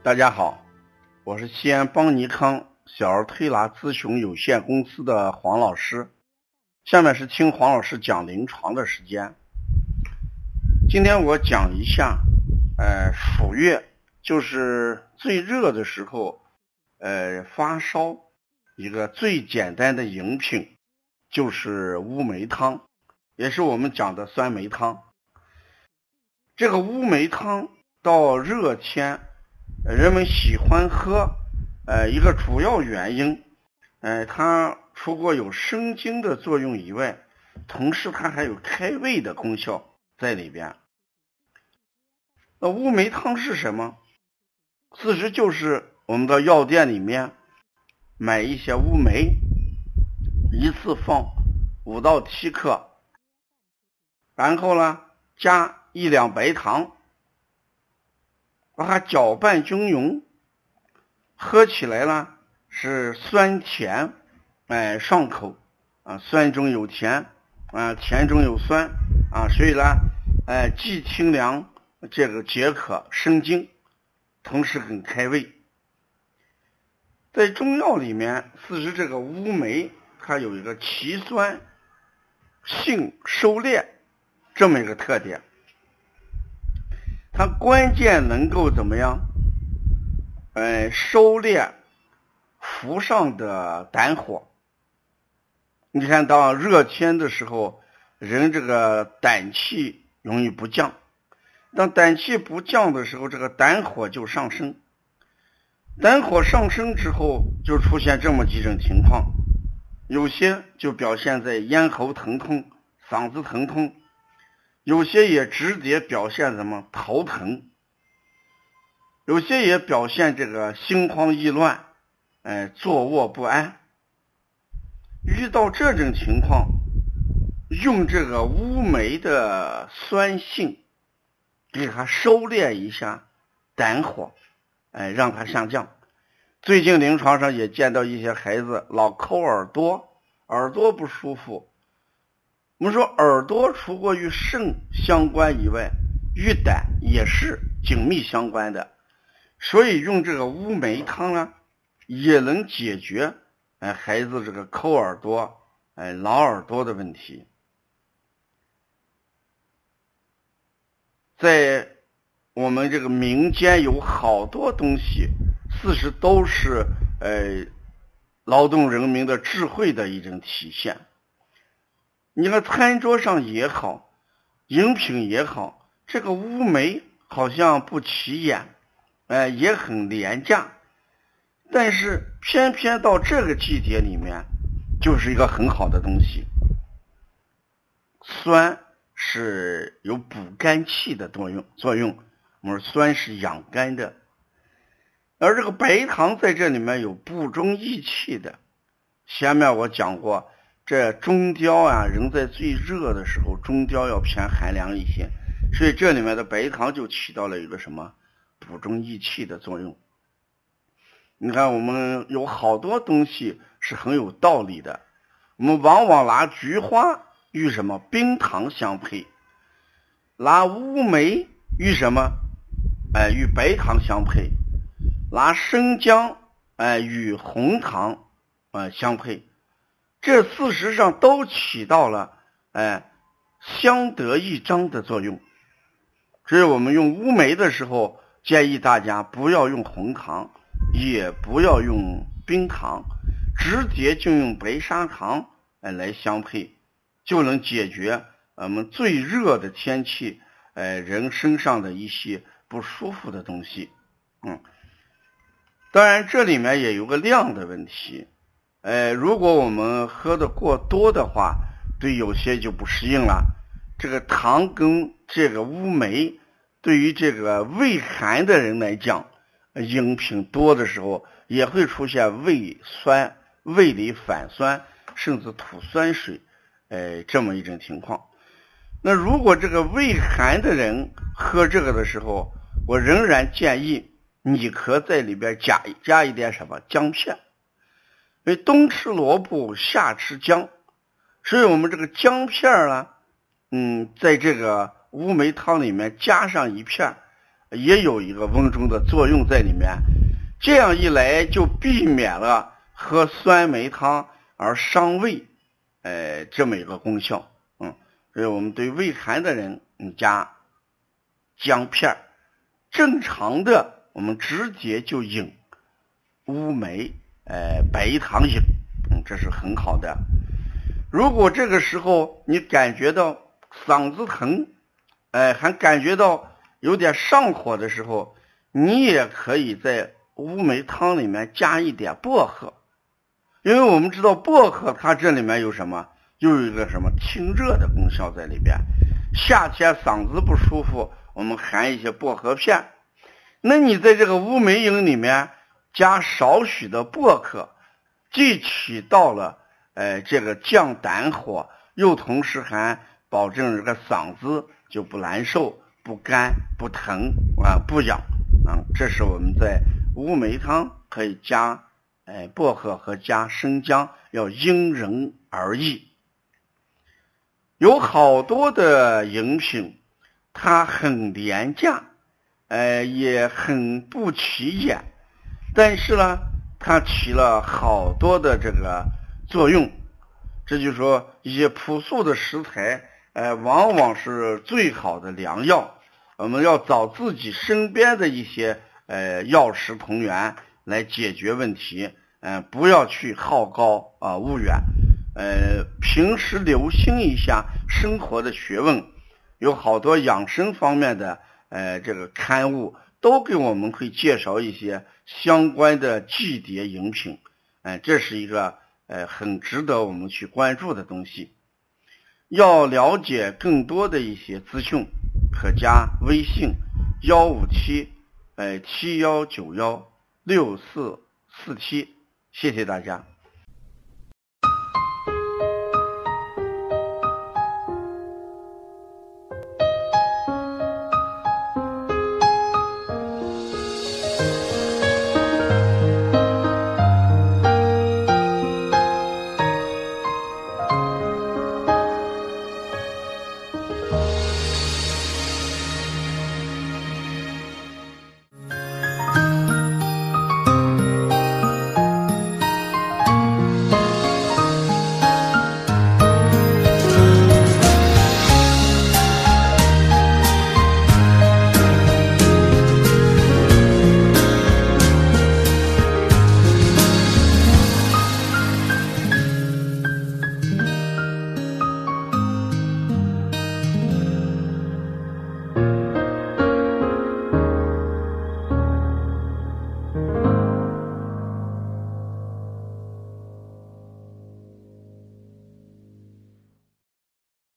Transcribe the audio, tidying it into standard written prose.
大家好，我是西安邦尼康小儿推拿咨询有限公司的黄老师。下面是听黄老师讲临床的时间。今天我讲一下暑月，就是最热的时候发烧，一个最简单的饮品就是乌梅汤，也是我们讲的酸梅汤。这个乌梅汤到热天人们喜欢喝，一个主要原因，它除过有生津的作用以外，同时它还有开胃的功效在里边。那乌梅汤是什么？其实就是我们到药店里面买一些乌梅，一次放5到7克，然后呢加1两白糖，把它搅拌均匀，喝起来呢是酸甜，上口酸中有甜，甜中有酸所以呢既清凉，这个解渴生津，同时很开胃。在中药里面，其实这个乌梅它有一个其酸性收敛这么一个特点，它关键能够怎么样？收敛腹上的胆火。你看到热天的时候，人这个胆气容易不降，当胆气不降的时候，这个胆火就上升。胆火上升之后，就出现这么几种情况，有些就表现在咽喉疼痛、嗓子疼痛，有些也直接表现什么头疼，有些也表现这个心慌意乱，坐卧不安。遇到这种情况，用这个乌梅的酸性给它收敛一下胆火，让它下降。最近临床上也见到一些孩子老抠耳朵，耳朵不舒服。我们说耳朵除过与肾相关以外，与胆也是紧密相关的，所以用这个乌梅汤呢，也能解决孩子这个抠耳朵、挠耳朵的问题。在我们这个民间有好多东西，其实都是劳动人民的智慧的一种体现。你看餐桌上也好，饮品也好，这个乌梅好像不起眼，也很廉价，但是偏偏到这个季节里面就是一个很好的东西。酸是有补肝气的作用，我们说酸是养肝的，而这个白糖在这里面有补中益气的。前面我讲过，这中焦人在最热的时候，中焦要偏寒凉一些，所以这里面的白糖就起到了一个什么补中益气的作用。你看我们有好多东西是很有道理的，我们往往拿菊花与什么冰糖相配，拿乌梅与什么与白糖相配，拿生姜与红糖相配，这事实上都起到了相得益彰的作用。所以我们用乌梅的时候，建议大家不要用红糖，也不要用冰糖，直接就用白砂糖来相配，就能解决我们最热的天气人身上的一些不舒服的东西。当然这里面也有个量的问题，如果我们喝的过多的话，对有些就不适应了。这个糖跟这个乌梅对于这个胃寒的人来讲，饮品多的时候也会出现胃酸、胃里反酸，甚至吐酸水这么一种情况。那如果这个胃寒的人喝这个的时候，我仍然建议你可在里边加一点什么姜片，因为冬吃萝卜夏吃姜，所以我们这个姜片呢，在这个乌梅汤里面加上一片， 也有一个温中的作用在里面。这样一来就避免了喝酸梅汤而伤胃，这么一个功效。所以我们对胃寒的人，加姜片，正常的我们直接就饮乌梅白糖饮，这是很好的。如果这个时候你感觉到嗓子疼，还感觉到有点上火的时候，你也可以在乌梅汤里面加一点薄荷，因为我们知道薄荷它这里面有什么，又有一个什么清热的功效在里边。夏天嗓子不舒服，我们含一些薄荷片，那你在这个乌梅饮里面加少许的薄荷，既起到了这个降胆火，又同时还保证这个嗓子就不难受、不干、不疼不痒这是我们在乌梅汤可以加薄荷和加生姜，要因人而异。有好多的饮品它很廉价，也很不起眼，但是呢它起了好多的这个作用。这就是说一些朴素的食材往往是最好的良药。我们要找自己身边的一些药食同源来解决问题，不要去好高骛远。平时留心一下生活的学问，有好多养生方面的这个刊物都给我们会介绍一些相关的季节饮品，这是一个很值得我们去关注的东西。要了解更多的一些资讯，可加微信15771916447，谢谢大家。